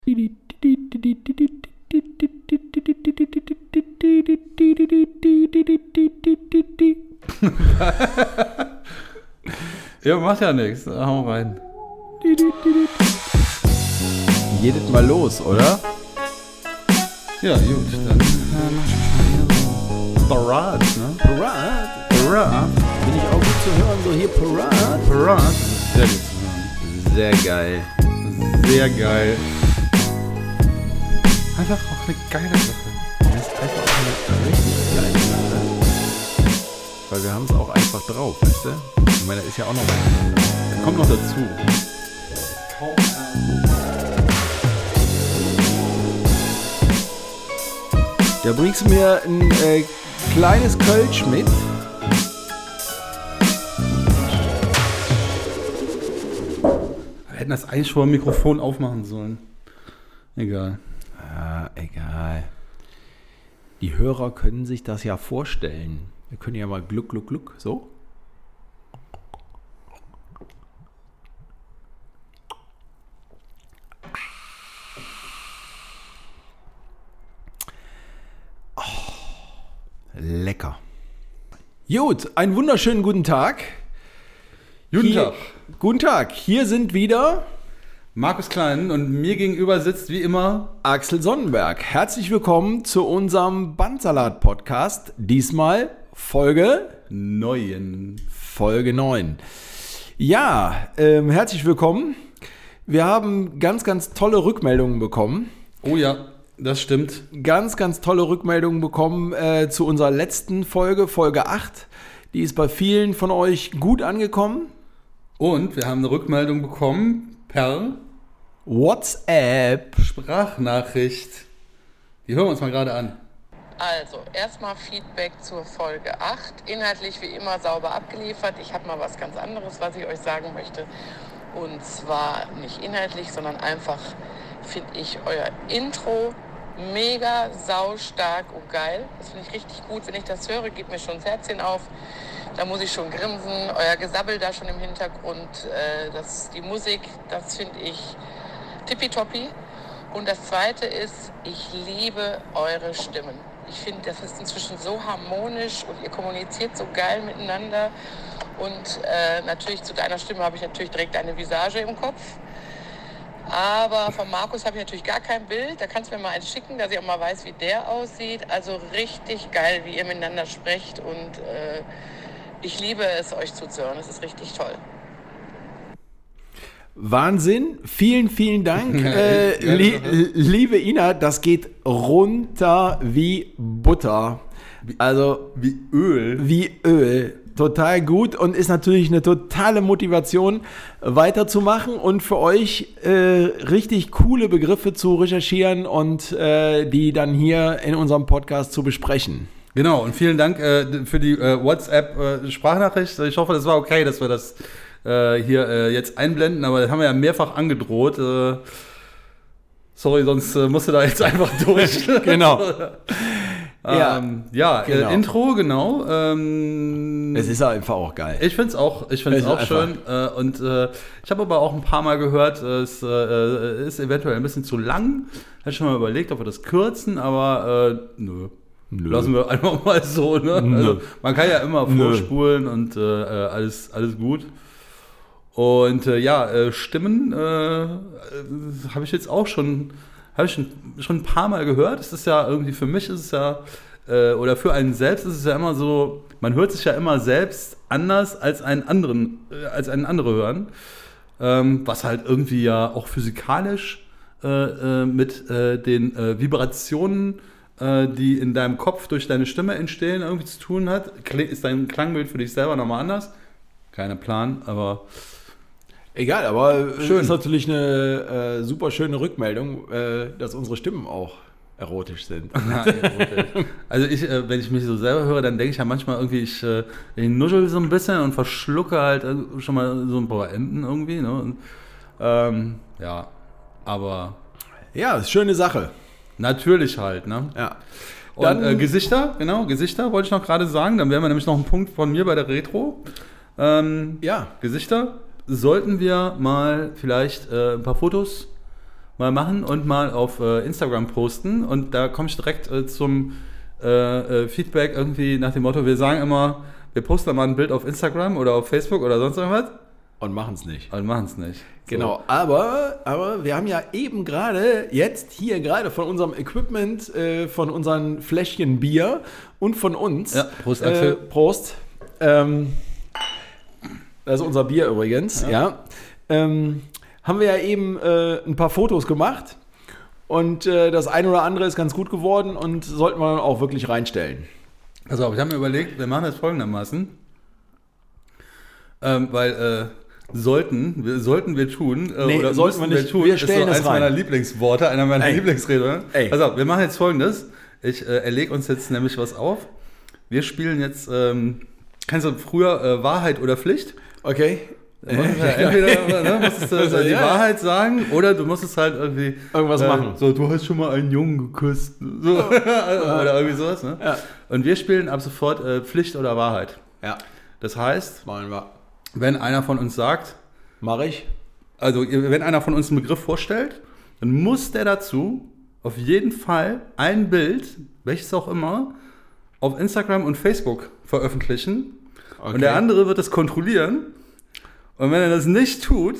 Ja, macht ja nichts. Hau rein. Jedes Mal los, oder? Ja, gut. Dann Parade, ne? Parade. Bin ich auch gut zu hören, so hier Parade. Parade. Sehr gut zu hören. Sehr geil. Sehr geil. Einfach auch eine geile Sache. Das ist einfach auch eine richtig geile Sache. Weil wir haben es auch einfach drauf, weißt du? Ich meine, da ist ja auch noch was. Kommt noch dazu. Da bringst du mir ein kleines Kölsch mit. Wir hätten das eigentlich vor dem Mikrofon aufmachen sollen. Egal. Ah, egal. Die Hörer können sich das ja vorstellen. Wir können ja mal Gluck, Gluck, Gluck, so. Oh, lecker. Gut, einen wunderschönen guten Tag. Guten Tag. Guten Tag, hier sind wieder Markus Klein und mir gegenüber sitzt wie immer Axel Sonnenberg. Herzlich willkommen zu unserem Bandsalat-Podcast. Diesmal Folge 9. Ja, herzlich willkommen. Wir haben ganz, ganz tolle Rückmeldungen bekommen. Oh ja, das stimmt. Ganz, ganz tolle Rückmeldungen bekommen zu unserer letzten Folge, Folge 8. Die ist bei vielen von euch gut angekommen. Und wir haben eine Rückmeldung bekommen per WhatsApp. Sprachnachricht. Die hören wir uns mal gerade an. Also, erstmal Feedback zur Folge 8. Inhaltlich wie immer sauber abgeliefert. Ich habe mal was ganz anderes, was ich euch sagen möchte. Und zwar nicht inhaltlich, sondern einfach finde ich euer Intro mega saustark und geil. Das finde ich richtig gut. Wenn ich das höre, geht mir schon das Herzchen auf. Da muss ich schon grinsen. Euer Gesabbel da schon im Hintergrund. Die Musik, das finde ich tippitoppi. Und das Zweite ist, ich liebe eure Stimmen. Ich finde, das ist inzwischen so harmonisch und ihr kommuniziert so geil miteinander. Und natürlich zu deiner Stimme habe ich natürlich direkt eine Visage im Kopf. Aber von Markus habe ich natürlich gar kein Bild. Da kannst du mir mal eins schicken, dass ich auch mal weiß, wie der aussieht. Also richtig geil, wie ihr miteinander sprecht. Und ich liebe es, euch zuzuhören. Das ist richtig toll. Wahnsinn, vielen, vielen Dank, liebe Ina, das geht runter wie Butter, also Wie Öl. Total gut und ist natürlich eine totale Motivation weiterzumachen und für euch richtig coole Begriffe zu recherchieren und die dann hier in unserem Podcast zu besprechen. Genau, und vielen Dank für die WhatsApp-Sprachnachricht. Ich hoffe, das war okay, dass wir das hier jetzt einblenden, aber das haben wir ja mehrfach angedroht. Sorry, sonst musst du da jetzt einfach durch. Genau. Genau. Intro, genau. Es ist einfach auch geil. Ich finde es auch schön. Und ich habe aber auch ein paar Mal gehört, es ist eventuell ein bisschen zu lang. Ich habe schon mal überlegt, ob wir das kürzen, aber nö. Lassen wir einfach mal so. Ne? Also, man kann ja immer vorspulen und alles gut. Und Stimmen habe ich jetzt auch schon ein paar Mal gehört. Es ist ja irgendwie, für mich ist es ja, oder für einen selbst ist es ja immer so, man hört sich ja immer selbst anders als einen andere hören. Was halt irgendwie ja auch physikalisch mit den Vibrationen, die in deinem Kopf durch deine Stimme entstehen, irgendwie zu tun hat. Ist dein Klangbild für dich selber nochmal anders? Kein Plan, aber egal, aber schön. Ist natürlich eine super schöne Rückmeldung, dass unsere Stimmen auch erotisch sind. Also wenn ich mich so selber höre, dann denke ich ja manchmal irgendwie, ich nuschel so ein bisschen und verschlucke halt schon mal so ein paar Enden irgendwie. Ne? Und, aber ja, ist schöne Sache. Natürlich halt, ne? Ja. Und Gesichter wollte ich noch gerade sagen. Dann wären wir nämlich noch ein Punkt von mir bei der Retro. Gesichter sollten wir mal vielleicht ein paar Fotos mal machen und mal auf Instagram posten. Und da komme ich direkt zum Feedback irgendwie nach dem Motto, wir sagen immer, wir posten da mal ein Bild auf Instagram oder auf Facebook oder sonst irgendwas. Und machen es nicht. So. Genau, aber wir haben ja eben gerade, von unserem Equipment, von unseren Fläschchen Bier und von uns. Ja, Prost, Axel. Prost. Das ist unser Bier übrigens, ja. Haben wir ja eben ein paar Fotos gemacht und das eine oder andere ist ganz gut geworden und sollten wir dann auch wirklich reinstellen. Also, ich habe mir überlegt, wir machen das folgendermaßen, weil sollten wir tun, oder sollten wir nicht tun, wir stellen ist so eins meiner Lieblingsworte, einer meiner Lieblingsrede. Also, wir machen jetzt Folgendes, ich erlege uns jetzt nämlich was auf, wir spielen jetzt, kennst du früher Wahrheit oder Pflicht? Okay. Entweder musstest du die Wahrheit sagen oder du musstest halt irgendwie irgendwas machen. So, du hast schon mal einen Jungen geküsst. So. Oder irgendwie sowas. Ne? Ja. Und wir spielen ab sofort Pflicht oder Wahrheit. Ja. Das heißt, machen wir. Wenn einer von uns sagt, mache ich. Also wenn einer von uns einen Begriff vorstellt, dann muss der dazu auf jeden Fall ein Bild, welches auch immer, auf Instagram und Facebook veröffentlichen. Okay. Und der andere wird das kontrollieren. Und wenn er das nicht tut,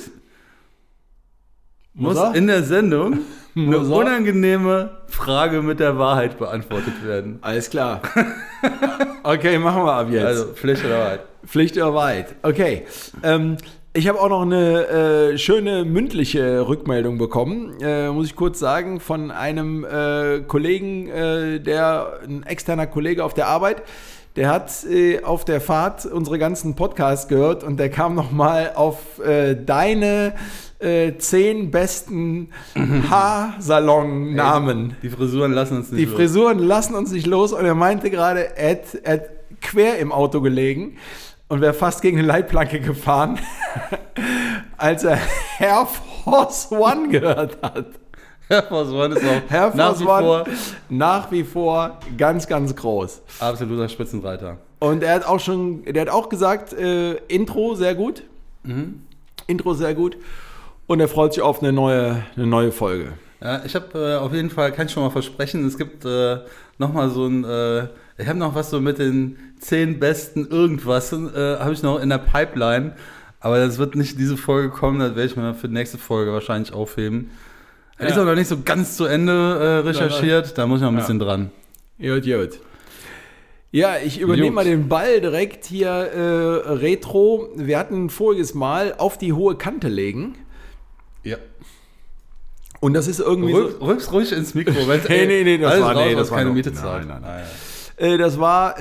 muss in der Sendung eine unangenehme Frage mit der Wahrheit beantwortet werden. Alles klar. Okay, machen wir ab jetzt. Also Pflicht oder Wahrheit. Pflicht oder Wahrheit. Okay. Ich habe auch noch eine schöne mündliche Rückmeldung bekommen, muss ich kurz sagen, von einem Kollegen, ein externer Kollege auf der Arbeit. Der hat auf der Fahrt unsere ganzen Podcasts gehört und der kam nochmal auf deine 10 besten Haarsalon-Namen. Die Frisuren lassen uns nicht los. Die Frisuren lassen uns nicht los und er meinte gerade, er hat quer im Auto gelegen und wäre fast gegen eine Leitplanke gefahren, als er Air Force One gehört hat. Air Force One ist auch nach wie vor ganz, ganz groß. Absoluter Spitzenreiter. Und er hat auch gesagt, Intro sehr gut. Intro sehr gut. Und er freut sich auf eine neue Folge. Ja, ich habe auf jeden Fall, kann ich schon mal versprechen, es gibt nochmal so ein, ich habe noch was so mit den 10 besten irgendwas, habe ich noch in der Pipeline. Aber das wird nicht diese Folge kommen, das werde ich mir für die nächste Folge wahrscheinlich aufheben. Ja. Ist auch noch nicht so ganz zu Ende recherchiert, da muss ich noch ein bisschen dran. Gut. Ja, ich übernehme mal den Ball direkt hier retro. Wir hatten voriges Mal auf die hohe Kante legen. Ja. Und das ist irgendwie Rückst ruhig ins Mikro. Nee, das war keine Miete zahlt. Nein. Das war,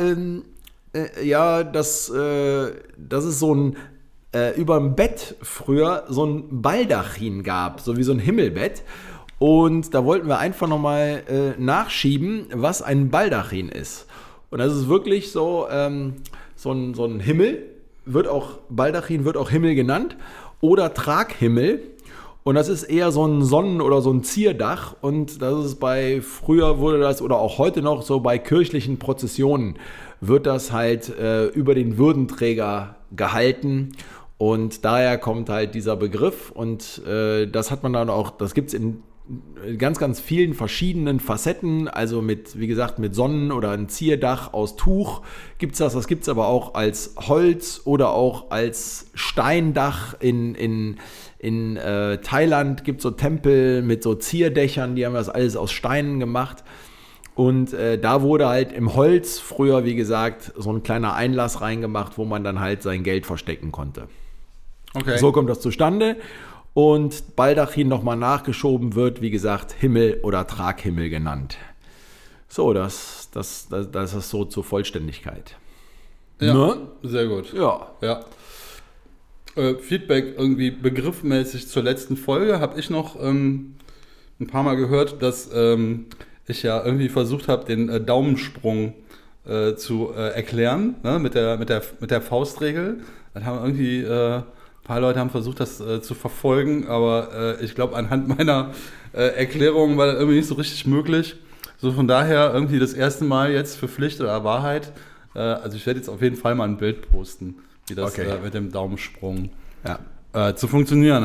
das ist so ein, über dem Bett früher so ein Baldachin gab, so wie so ein Himmelbett. Und da wollten wir einfach nochmal nachschieben, was ein Baldachin ist. Und das ist wirklich so, so ein Himmel, Baldachin wird auch Himmel genannt, oder Traghimmel. Und das ist eher so ein Sonnen- oder so ein Zierdach. Und das ist früher wurde das, oder auch heute noch so bei kirchlichen Prozessionen, wird das halt über den Würdenträger gehalten. Und daher kommt halt dieser Begriff. Und das hat man dann auch, das gibt es in ganz, ganz vielen verschiedenen Facetten. Also wie gesagt, mit Sonnen- oder ein Zierdach aus Tuch gibt es das. Das gibt es aber auch als Holz oder auch als Steindach. In Thailand gibt es so Tempel mit so Zierdächern, die haben das alles aus Steinen gemacht. Und da wurde halt im Holz früher, wie gesagt, so ein kleiner Einlass reingemacht, wo man dann halt sein Geld verstecken konnte. Okay. So kommt das zustande. Und Baldachin nochmal nachgeschoben wird, wie gesagt, Himmel oder Traghimmel genannt. So, das ist so zur Vollständigkeit. Ja, ne? Sehr gut. Ja. Feedback irgendwie begriffmäßig zur letzten Folge habe ich noch ein paar Mal gehört, dass ich ja irgendwie versucht habe, den Daumensprung zu erklären, ne? mit der Faustregel. Dann haben irgendwie ein paar Leute haben versucht, das zu verfolgen, aber ich glaube, anhand meiner Erklärung war das irgendwie nicht so richtig möglich. So von daher irgendwie das erste Mal jetzt für Pflicht oder Wahrheit. Also ich werde jetzt auf jeden Fall mal ein Bild posten, wie das mit dem Daumensprung zu funktionieren hat.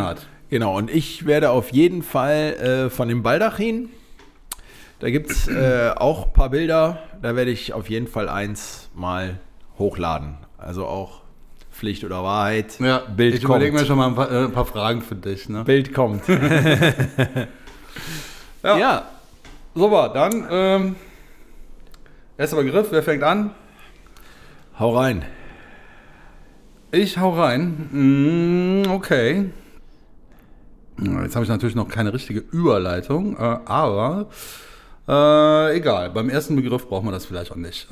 Genau, und ich werde auf jeden Fall von dem Baldachin, da gibt es auch ein paar Bilder, da werde ich auf jeden Fall eins mal hochladen. Also auch Pflicht oder Wahrheit. Ja, Bild ich kommt. überlege mir schon mal ein paar Fragen für dich. Ne? Bild kommt. Ja. Super, dann erster Begriff, wer fängt an? Hau rein. Ich hau rein. Okay. Jetzt habe ich natürlich noch keine richtige Überleitung, aber egal. Beim ersten Begriff brauchen wir das vielleicht auch nicht.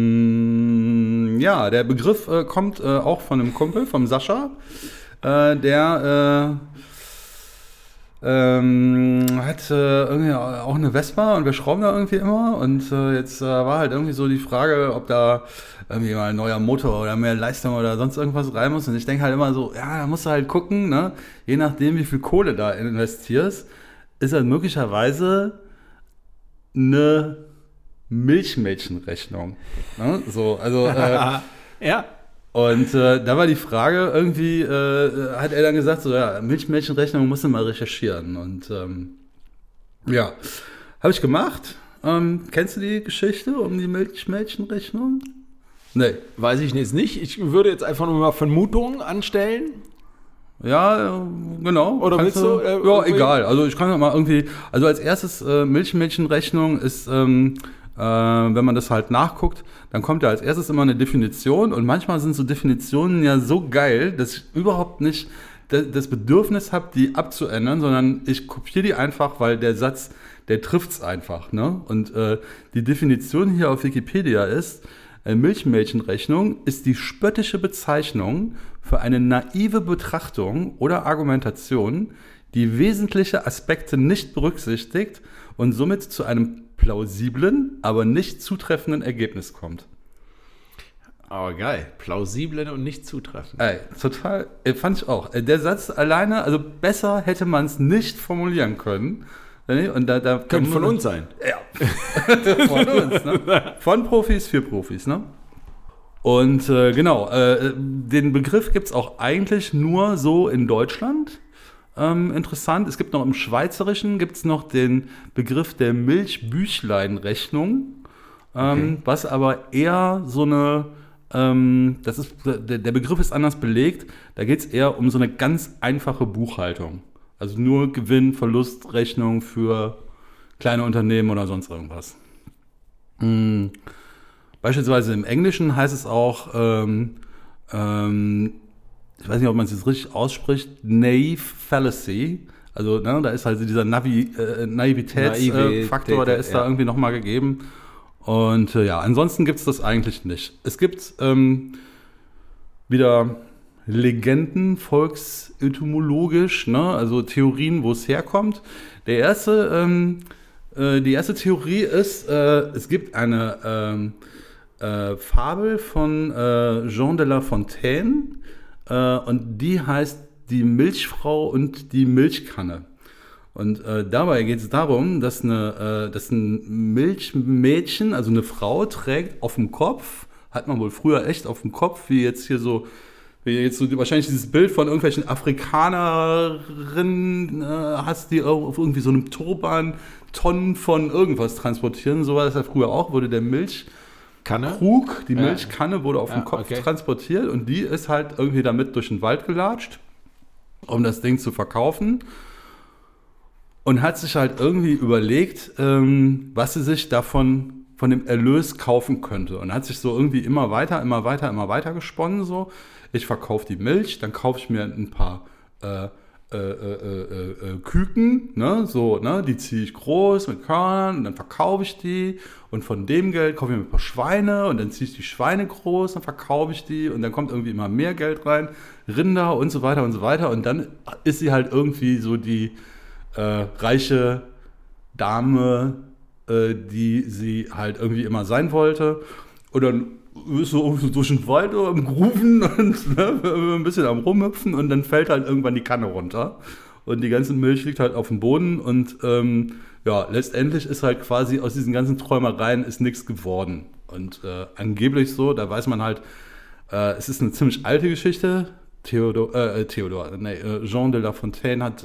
Ja, der Begriff kommt auch von einem Kumpel, vom Sascha. Der hat irgendwie auch eine Vespa und wir schrauben da irgendwie immer. Und jetzt war halt irgendwie so die Frage, ob da irgendwie mal ein neuer Motor oder mehr Leistung oder sonst irgendwas rein muss. Und ich denke halt immer so, ja, da musst du halt gucken, ne? Je nachdem, wie viel Kohle da investierst, ist halt möglicherweise eine Milchmädchenrechnung. Ne? So, also Ja. und da war die Frage, irgendwie hat er dann gesagt, so ja, Milchmädchenrechnung musst du mal recherchieren. Und ja, habe ich gemacht. Kennst du die Geschichte um die Milchmädchenrechnung? Nee. Weiß ich jetzt nicht. Ich würde jetzt einfach nur mal Vermutungen anstellen. Ja, genau. Oder willst du? Ja, egal. Also ich kann ja mal irgendwie, also als erstes Milchmädchenrechnung ist, wenn man das halt nachguckt, dann kommt ja als erstes immer eine Definition und manchmal sind so Definitionen ja so geil, dass ich überhaupt nicht das Bedürfnis habe, die abzuändern, sondern ich kopiere die einfach, weil der Satz, der trifft's einfach. Ne? Und die Definition hier auf Wikipedia ist, Milchmädchenrechnung ist die spöttische Bezeichnung für eine naive Betrachtung oder Argumentation, die wesentliche Aspekte nicht berücksichtigt und somit zu einem plausiblen, aber nicht zutreffenden Ergebnis kommt. Aber geil. Plausiblen und nicht zutreffend. Ey, total, fand ich auch. Der Satz alleine, also besser hätte man es nicht formulieren können. Und da Könnte von uns sein. Ja, von uns. Ne? Von Profis für Profis. Ne? Und genau, den Begriff gibt es auch eigentlich nur so in Deutschland. Interessant, es gibt noch im Schweizerischen gibt's noch den Begriff der Milchbüchleinrechnung, okay. Was aber eher so eine, das ist, der Begriff ist anders belegt, da geht es eher um so eine ganz einfache Buchhaltung. Also nur Gewinn, Verlustrechnung für kleine Unternehmen oder sonst irgendwas. Beispielsweise im Englischen heißt es auch, ich weiß nicht, ob man es jetzt richtig ausspricht, Naive Fallacy. Also ne, da ist halt dieser Naivitätsfaktor, der ist da irgendwie nochmal gegeben. Und ja, ansonsten gibt es das eigentlich nicht. Es gibt wieder Legenden, volksetymologisch, ne? Also Theorien, wo es herkommt. Die erste Theorie ist, es gibt eine Fabel von Jean de La Fontaine und die heißt Die Milchfrau und die Milchkanne. Und dabei geht es darum, dass ein Milchmädchen, also eine Frau, trägt auf dem Kopf, hat man wohl früher echt auf dem Kopf, wie jetzt so wahrscheinlich dieses Bild von irgendwelchen Afrikanerinnen hast, die auf irgendwie so einem Turban Tonnen von irgendwas transportieren. So war das ja früher auch, wurde der Milchkrug, die Milchkanne wurde auf dem Kopf transportiert und die ist halt irgendwie damit durch den Wald gelatscht, um das Ding zu verkaufen. Und hat sich halt irgendwie überlegt, was sie sich davon von dem Erlös kaufen könnte. Und hat sich so irgendwie immer weiter gesponnen. So, ich verkaufe die Milch, dann kaufe ich mir ein paar Küken, ne, so, ne, die ziehe ich groß mit Körnern und dann verkaufe ich die. Und von dem Geld kaufe ich mir ein paar Schweine und dann ziehe ich die Schweine groß, dann verkaufe ich die und dann kommt irgendwie immer mehr Geld rein, Rinder und so weiter und so weiter. Und dann ist sie halt irgendwie so die reiche Dame, die sie halt irgendwie immer sein wollte. Und dann ist so durch den Wald im Gruben und ein bisschen am Rumhüpfen und dann fällt halt irgendwann die Kanne runter. Und die ganze Milch liegt halt auf dem Boden und ja, letztendlich ist halt quasi aus diesen ganzen Träumereien ist nichts geworden. Und angeblich so, da weiß man halt, es ist eine ziemlich alte Geschichte, Jean de La Fontaine hat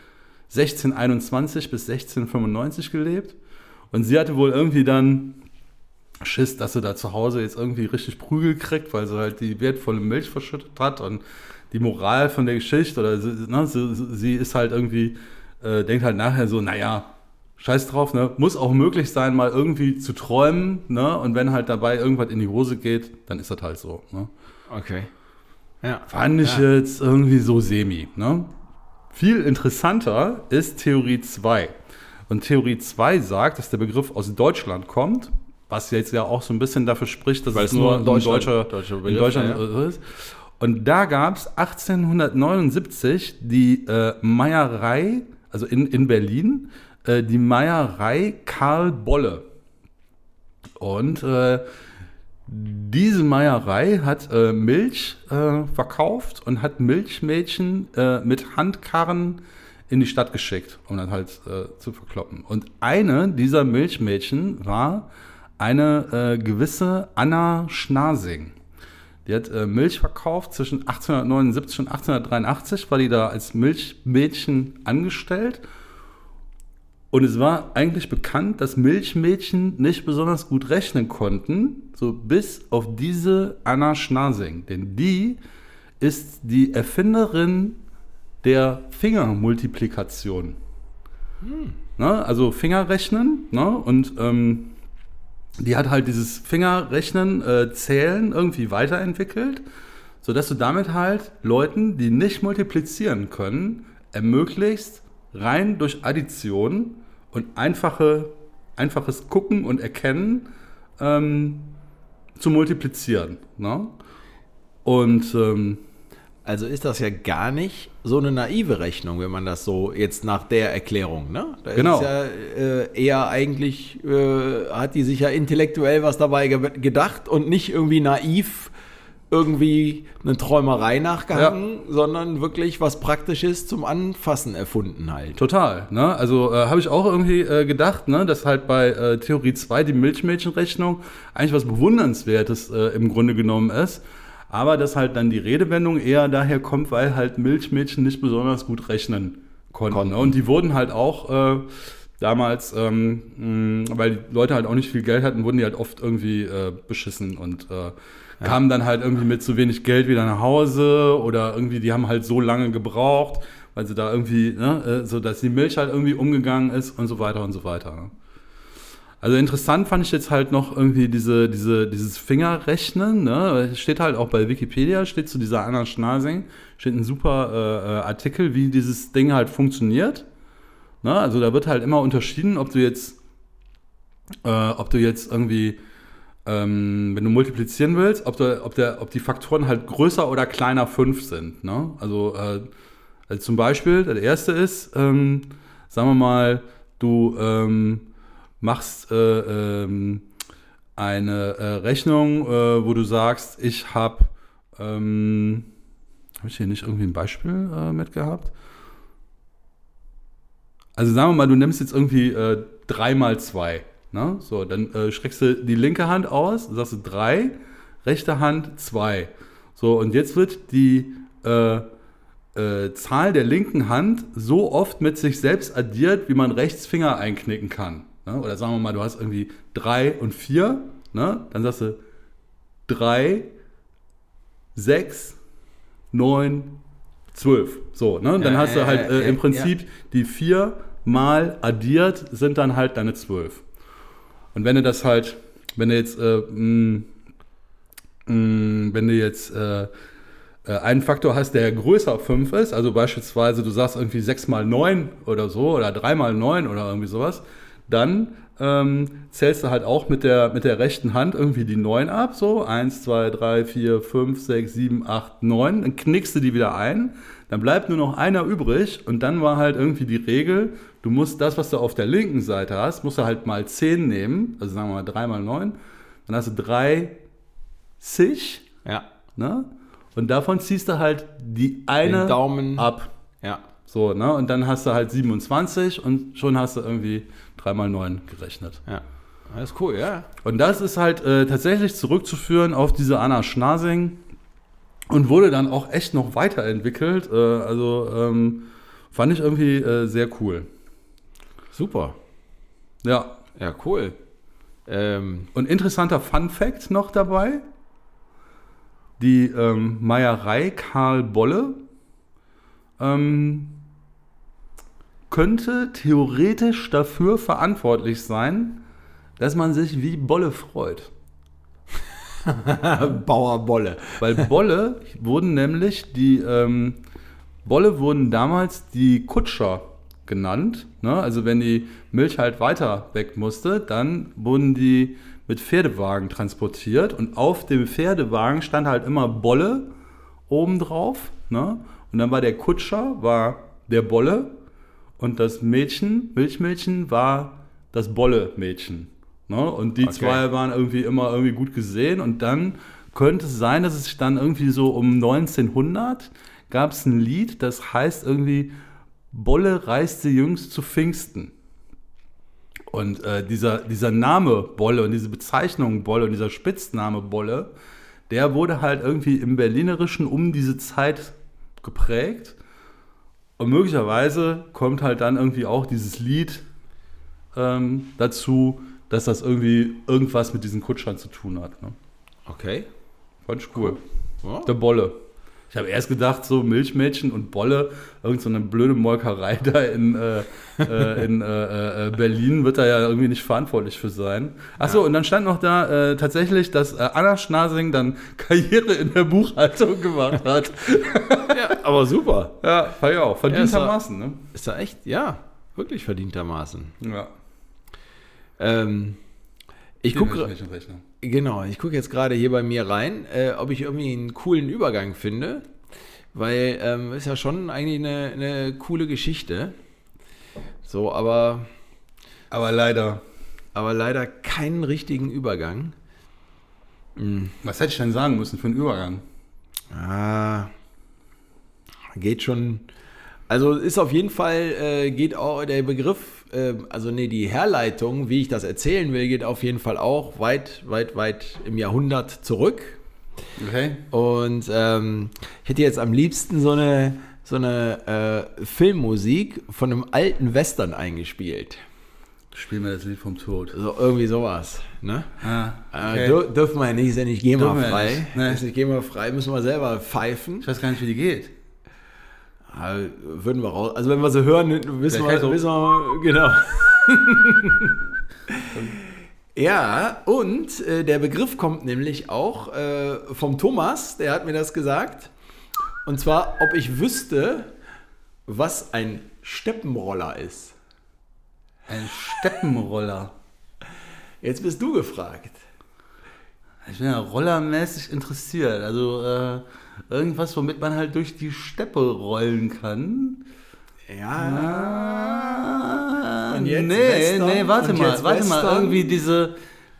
1621 bis 1695 gelebt. Und sie hatte wohl irgendwie dann Schiss, dass sie da zu Hause jetzt irgendwie richtig Prügel kriegt, weil sie halt die wertvolle Milch verschüttet hat. Und die Moral von der Geschichte, oder sie ist halt irgendwie, denkt halt nachher so, naja, scheiß drauf, ne? Muss auch möglich sein, mal irgendwie zu träumen, ne? Und wenn halt dabei irgendwas in die Hose geht, dann ist das halt so, ne? Okay. Ja. Fand ich jetzt irgendwie so semi, ne? Viel interessanter ist Theorie 2. Und Theorie 2 sagt, dass der Begriff aus Deutschland kommt, was jetzt ja auch so ein bisschen dafür spricht, dass es nur ein deutscher in Deutschland ist. Und da gab es 1879 die Meierei, also in Berlin, die Meierei Karl Bolle. Und diese Meierei hat Milch verkauft und hat Milchmädchen mit Handkarren in die Stadt geschickt, um dann halt zu verkloppen. Und eine dieser Milchmädchen war eine gewisse Anna Schnasing. Die hat Milch verkauft zwischen 1879 und 1883, war die da als Milchmädchen angestellt. Und es war eigentlich bekannt, dass Milchmädchen nicht besonders gut rechnen konnten, so bis auf diese Anna Schnasing. Denn die ist die Erfinderin der Fingermultiplikation. Ne? Also Fingerrechnen, ne? Und die hat halt dieses Fingerrechnen, Zählen irgendwie weiterentwickelt, sodass du damit halt Leuten, die nicht multiplizieren können, ermöglicht, rein durch Addition und einfaches Gucken und Erkennen zu multiplizieren. Ne? Und also ist das ja gar nicht so eine naive Rechnung, wenn man das so jetzt nach der Erklärung, ne? Da genau. Ist ja eher eigentlich, hat die sich ja intellektuell was dabei gedacht und nicht irgendwie naiv irgendwie eine Träumerei nachgehangen, sondern wirklich was Praktisches zum Anfassen erfunden halt. Total, ne? Also habe ich auch irgendwie gedacht, ne, dass halt bei Theorie 2 die Milchmädchenrechnung eigentlich was Bewundernswertes im Grunde genommen ist. Aber dass halt dann die Redewendung eher daher kommt, weil halt Milchmädchen nicht besonders gut rechnen konnten. Ne? Und die wurden halt auch damals, weil die Leute halt auch nicht viel Geld hatten, wurden die halt oft irgendwie beschissen und kamen dann halt irgendwie mit zu wenig Geld wieder nach Hause oder irgendwie, die haben halt so lange gebraucht, weil sie da irgendwie, ne, so dass die Milch halt irgendwie umgegangen ist und so weiter und so weiter. Ne? Also interessant fand ich jetzt halt noch irgendwie dieses Fingerrechnen, ne? Steht halt auch bei Wikipedia, steht zu dieser Anna Schnasing, steht ein super Artikel, wie dieses Ding halt funktioniert. Ne? Also da wird halt immer unterschieden, ob du jetzt irgendwie, wenn du multiplizieren willst, ob die Faktoren halt größer oder kleiner 5 sind. Ne? Also zum Beispiel, der erste ist, sagen wir mal, du machst eine Rechnung, wo du sagst, ich habe ich hier nicht irgendwie ein Beispiel mit gehabt? Also sagen wir mal, du nimmst jetzt irgendwie 3 mal 2. Ne? So, dann streckst du die linke Hand aus, sagst du 3, rechte Hand 2. So, und jetzt wird die Zahl der linken Hand so oft mit sich selbst addiert, wie man rechts Finger einknicken kann. Ne? Oder sagen wir mal, du hast irgendwie 3 und 4, ne? Dann sagst du 3, 6, 9, 12. So, ne? Dann hast du halt im Prinzip die 4 mal addiert, sind dann halt deine 12. Und wenn du jetzt einen Faktor hast, der größer 5 ist, also beispielsweise du sagst irgendwie 6 mal 9 oder so oder 3 mal 9 oder irgendwie sowas, dann zählst du halt auch mit der rechten Hand irgendwie die 9 ab, so 1, 2, 3, 4, 5, 6, 7, 8, 9, dann knickst du die wieder ein, dann bleibt nur noch einer übrig und dann war halt irgendwie die Regel, du musst das, was du auf der linken Seite hast, musst du halt mal 10 nehmen, also sagen wir mal 3 mal 9, dann hast du 30, ne? Und davon ziehst du halt die eine den Daumen ab. Ja. So, ne? Und dann hast du halt 27 und schon hast du irgendwie 3 mal 9 gerechnet. Ja. Das ist cool, ja. Und das ist halt tatsächlich zurückzuführen auf diese Anna Schnasing. Und wurde dann auch echt noch weiterentwickelt. Fand ich irgendwie sehr cool. Super. Ja. Ja, cool. Und interessanter Fun-Fact noch dabei. Die Meierei Karl Bolle könnte theoretisch dafür verantwortlich sein, dass man sich wie Bolle freut. Bauer Bolle. Weil Bolle wurden damals die Kutscher genannt. Ne? Also wenn die Milch halt weiter weg musste, dann wurden die mit Pferdewagen transportiert und auf dem Pferdewagen stand halt immer Bolle obendrauf. Ne? Und dann war der Kutscher der Bolle und das Milchmädchen war das Bolle-Mädchen. Ne? Und die zwei waren immer irgendwie gut gesehen und dann könnte es sein, dass es sich dann irgendwie so um 1900 gab es ein Lied, das heißt irgendwie Bolle reiste jüngst zu Pfingsten. Und dieser Name Bolle und diese Bezeichnung Bolle und dieser Spitzname Bolle, der wurde halt irgendwie im Berlinerischen um diese Zeit geprägt. Und möglicherweise kommt halt dann irgendwie auch dieses Lied dazu, dass das irgendwie irgendwas mit diesen Kutschern zu tun hat. Ne? Okay. Fand ich cool. Ja. Der Bolle. Ich habe erst gedacht, so Milchmädchen und Bolle, irgend so eine blöde Molkerei da in Berlin wird da ja irgendwie nicht verantwortlich für sein. Achso, und dann stand noch da tatsächlich, dass Anna Schnasing dann Karriere in der Buchhaltung gemacht hat. Ja, aber super. Ja, fand ich auch. Verdientermaßen, ne? Ist da echt? Ja, wirklich verdientermaßen. Ja. Ich gucke jetzt gerade hier bei mir rein, ob ich irgendwie einen coolen Übergang finde, weil ist ja schon eigentlich eine coole Geschichte. So, aber leider keinen richtigen Übergang. Was hätte ich denn sagen müssen für einen Übergang? Geht schon. Also ist auf jeden Fall, geht auch der Begriff, die Herleitung, wie ich das erzählen will, geht auf jeden Fall auch weit im Jahrhundert zurück. Okay. Und ich hätte jetzt am liebsten so eine Filmmusik von einem alten Western eingespielt. Spiel mir das Lied vom Tod. So, irgendwie sowas. Ne? Okay. Dürfen wir ja nicht, ist ja nicht GEMA-frei. Ja nicht. Nee. Ist nicht GEMA-frei, müssen wir selber pfeifen. Ich weiß gar nicht, wie die geht. Würden wir raus. Also wenn wir sie hören, wissen wir genau. Ja, und der Begriff kommt nämlich auch vom Thomas, der hat mir das gesagt. Und zwar, ob ich wüsste, was ein Steppenroller ist. Ein Steppenroller? Jetzt bist du gefragt. Ich bin ja rollermäßig interessiert. Also irgendwas, womit man halt durch die Steppe rollen kann. Ja. Und jetzt warte mal. Irgendwie diese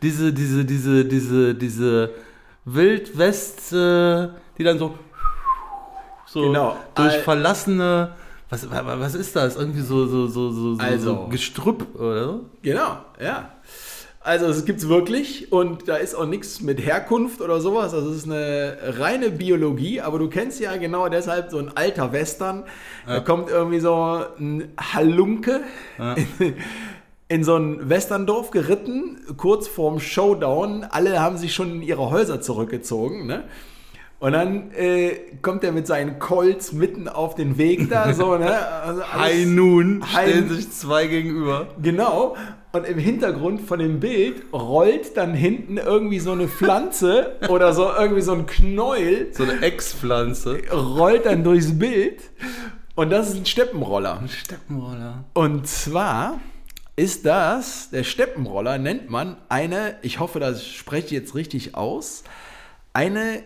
Wildwest, die dann so genau. durch verlassene, was ist das? Irgendwie so Gestrüpp oder so? Genau, ja. Also es gibt's wirklich und da ist auch nichts mit Herkunft oder sowas. Also es ist eine reine Biologie, aber du kennst ja genau deshalb so ein alter Western. Ja. Da kommt irgendwie so ein Halunke in so ein Westerndorf geritten, kurz vorm Showdown. Alle haben sich schon in ihre Häuser zurückgezogen, ne? Und dann kommt er mit seinen Colts mitten auf den Weg da, so, ne? Also High Noon stellen sich zwei gegenüber. Genau. Und im Hintergrund von dem Bild rollt dann hinten irgendwie so eine Pflanze oder so irgendwie so ein Knäuel. So eine Ex-Pflanze. Rollt dann durchs Bild. Und das ist ein Steppenroller. Ein Steppenroller. Und zwar ist das, der Steppenroller nennt man ich hoffe, das spreche ich jetzt richtig aus, eine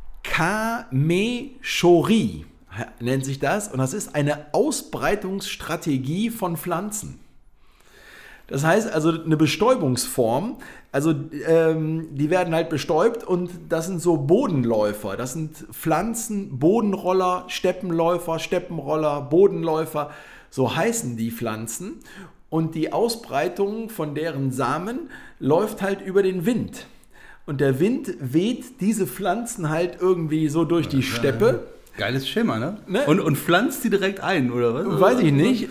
Kamechorie nennt sich das. Und das ist eine Ausbreitungsstrategie von Pflanzen. Das heißt also eine Bestäubungsform, also die werden halt bestäubt und das sind so Bodenläufer, das sind Pflanzen, Bodenroller, Steppenläufer, Steppenroller, Bodenläufer, so heißen die Pflanzen und die Ausbreitung von deren Samen läuft halt über den Wind. und der Wind weht diese Pflanzen halt irgendwie so durch die Steppe. Geiles Schema, ne? Und pflanzt die direkt ein, oder was? Weiß ich nicht.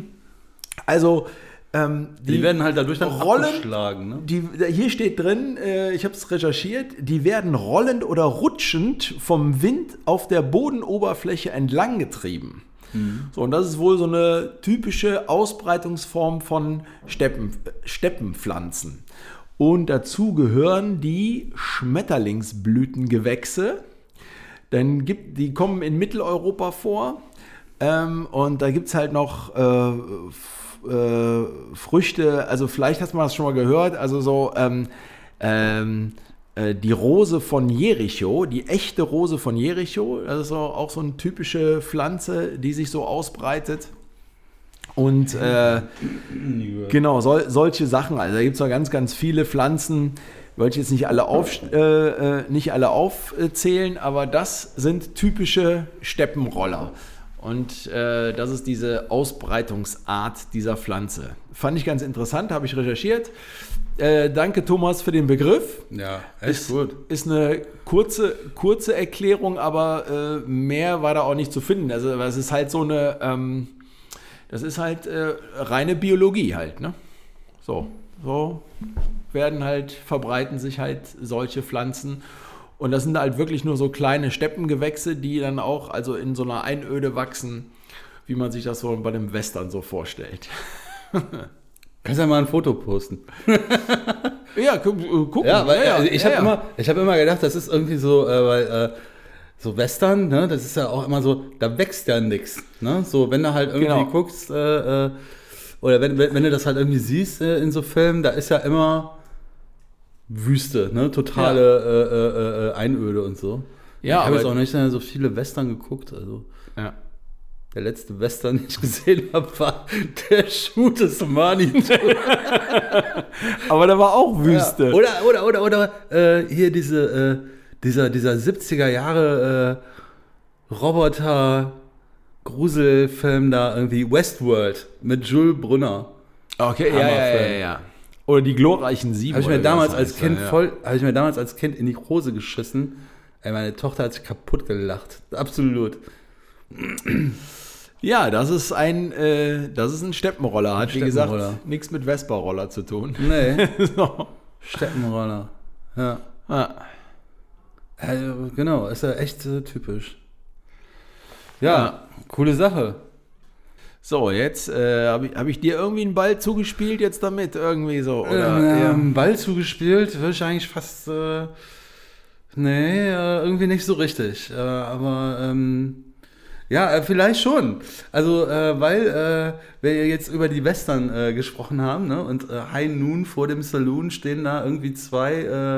Die werden halt dadurch dann abgeschlagen. Ne? Hier steht drin, ich habe es recherchiert, die werden rollend oder rutschend vom Wind auf der Bodenoberfläche entlang getrieben. So, und das ist wohl so eine typische Ausbreitungsform von Steppenpflanzen. Und dazu gehören die Schmetterlingsblütengewächse. Die kommen in Mitteleuropa vor. Und da gibt es halt noch Früchte, also vielleicht hast du das schon mal gehört, also so die Rose von Jericho, die echte Rose von Jericho, das ist auch so eine typische Pflanze, die sich so ausbreitet. Und genau, solche Sachen, also da gibt es noch ganz, ganz viele Pflanzen, wollte ich jetzt nicht alle aufzählen, aber das sind typische Steppenroller. Und das ist diese Ausbreitungsart dieser Pflanze. Fand ich ganz interessant, habe ich recherchiert. Danke, Thomas, für den Begriff. Ja, echt gut. Ist eine kurze Erklärung, aber mehr war da auch nicht zu finden. Also es ist halt so eine, das ist halt reine Biologie halt, ne? So verbreiten sich halt solche Pflanzen. Und das sind halt wirklich nur so kleine Steppengewächse, die dann auch also in so einer Einöde wachsen, wie man sich das so bei dem Western so vorstellt. Kannst ja mal ein Foto posten. Ja, gucken. Ja, weil ich habe immer gedacht, das ist irgendwie so, weil so Western, ne, das ist ja auch immer so, da wächst ja nichts. Ne? So, wenn du halt irgendwie guckst, oder wenn du das halt irgendwie siehst in so Filmen, da ist ja immer Wüste, ne? Totale Einöde und so. Ja, ich habe jetzt auch nicht so viele Western geguckt. Also. Ja. Der letzte Western, den ich gesehen habe, war der Shoot des Manitou. Aber da war auch Wüste. Ja. Oder hier dieser 70er Jahre Roboter-Gruselfilm da irgendwie, Westworld mit Jules Brunner. Okay, ja. Oder die glorreichen Sieben. Habe ich mir damals als Kind in die Hose geschissen. Ey, meine Tochter hat sich kaputt gelacht. Absolut. Ja, das ist ein Steppenroller. Hat, wie gesagt, nichts mit Vespa-Roller zu tun. Nee. So. Steppenroller. Ja. Genau, ist ja echt typisch. Ja, coole Sache. So, jetzt hab ich dir irgendwie einen Ball zugespielt jetzt damit, irgendwie so, oder? Einen Ball zugespielt, würde ich eigentlich fast, irgendwie nicht so richtig, aber ja, vielleicht schon. Also, weil wir jetzt über die Western gesprochen haben, ne, und High Noon vor dem Saloon stehen da irgendwie zwei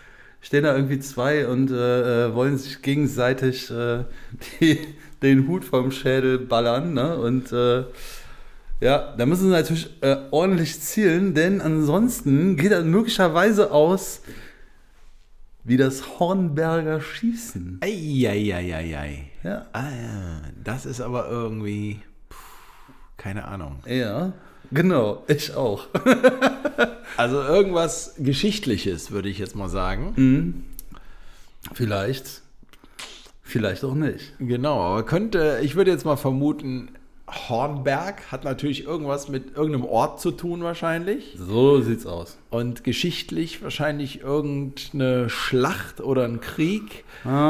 und wollen sich gegenseitig den Hut vom Schädel ballern, ne? Und da müssen sie natürlich ordentlich zielen, denn ansonsten geht das möglicherweise aus wie das Hornberger Schießen. Eieieiei. Ja. Das ist aber irgendwie, keine Ahnung. Ja, genau, ich auch. Also irgendwas Geschichtliches, würde ich jetzt mal sagen. Mhm. Vielleicht auch nicht. Genau, aber ich würde jetzt mal vermuten, Hornberg hat natürlich irgendwas mit irgendeinem Ort zu tun wahrscheinlich. So sieht's aus. Und geschichtlich wahrscheinlich irgendeine Schlacht oder ein Krieg.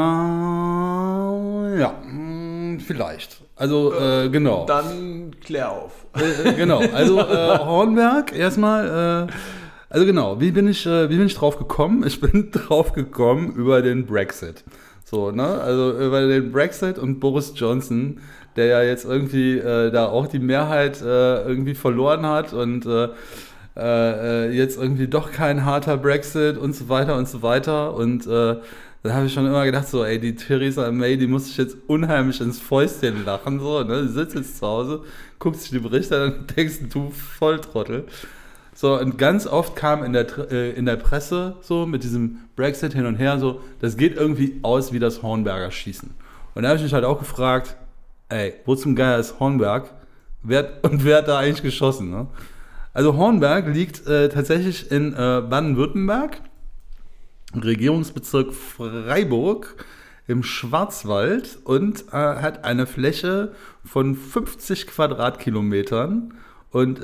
Ja, vielleicht. Also, genau. Dann klär auf. Genau, also Hornberg erstmal, also genau, wie bin ich drauf gekommen? Ich bin drauf gekommen über den Brexit. So, ne? Also über den Brexit und Boris Johnson, der ja jetzt irgendwie da auch die Mehrheit irgendwie verloren hat und jetzt irgendwie doch kein harter Brexit und so weiter und so weiter. Und da habe ich schon immer gedacht, so, ey, die Theresa May, die muss sich jetzt unheimlich ins Fäustchen lachen, so, ne? Die sitzt jetzt zu Hause, guckt sich die Berichte an und denkst, du Volltrottel. So, und ganz oft kam in der Presse so mit diesem Brexit hin und her so, das geht irgendwie aus wie das Hornberger Schießen. Und da habe ich mich halt auch gefragt, ey, wo zum Geier ist Hornberg? Wer hat da eigentlich geschossen? Ne? Also Hornberg liegt tatsächlich in Baden-Württemberg. Regierungsbezirk Freiburg im Schwarzwald und hat eine Fläche von 50 Quadratkilometern und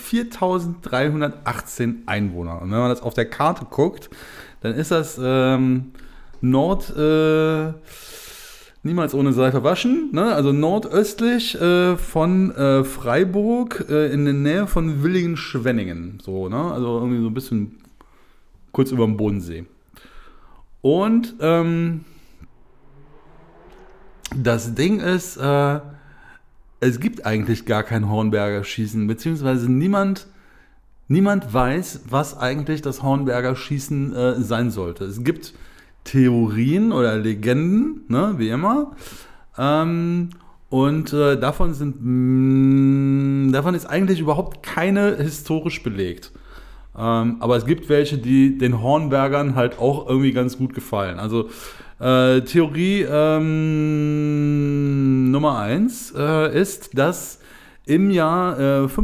4.318 Einwohner. Und wenn man das auf der Karte guckt, dann ist das niemals ohne Seife waschen, ne? Also nordöstlich von Freiburg in der Nähe von Villingen-Schwenningen. So, ne? Also irgendwie so ein bisschen kurz über dem Bodensee. Und das Ding ist, es gibt eigentlich gar kein Hornberger Schießen, beziehungsweise niemand weiß, was eigentlich das Hornberger Schießen sein sollte. Es gibt Theorien oder Legenden, ne, wie immer. Und davon ist eigentlich überhaupt keine historisch belegt. Aber es gibt welche, die den Hornbergern halt auch irgendwie ganz gut gefallen. Also Theorie Nummer 1 ist, dass im Jahr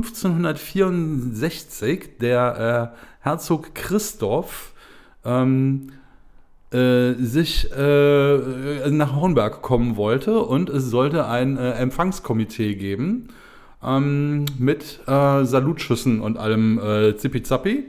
1564 der Herzog Christoph sich nach Hornberg kommen wollte und es sollte ein Empfangskomitee geben mit Salutschüssen und allem Zippi-Zappi.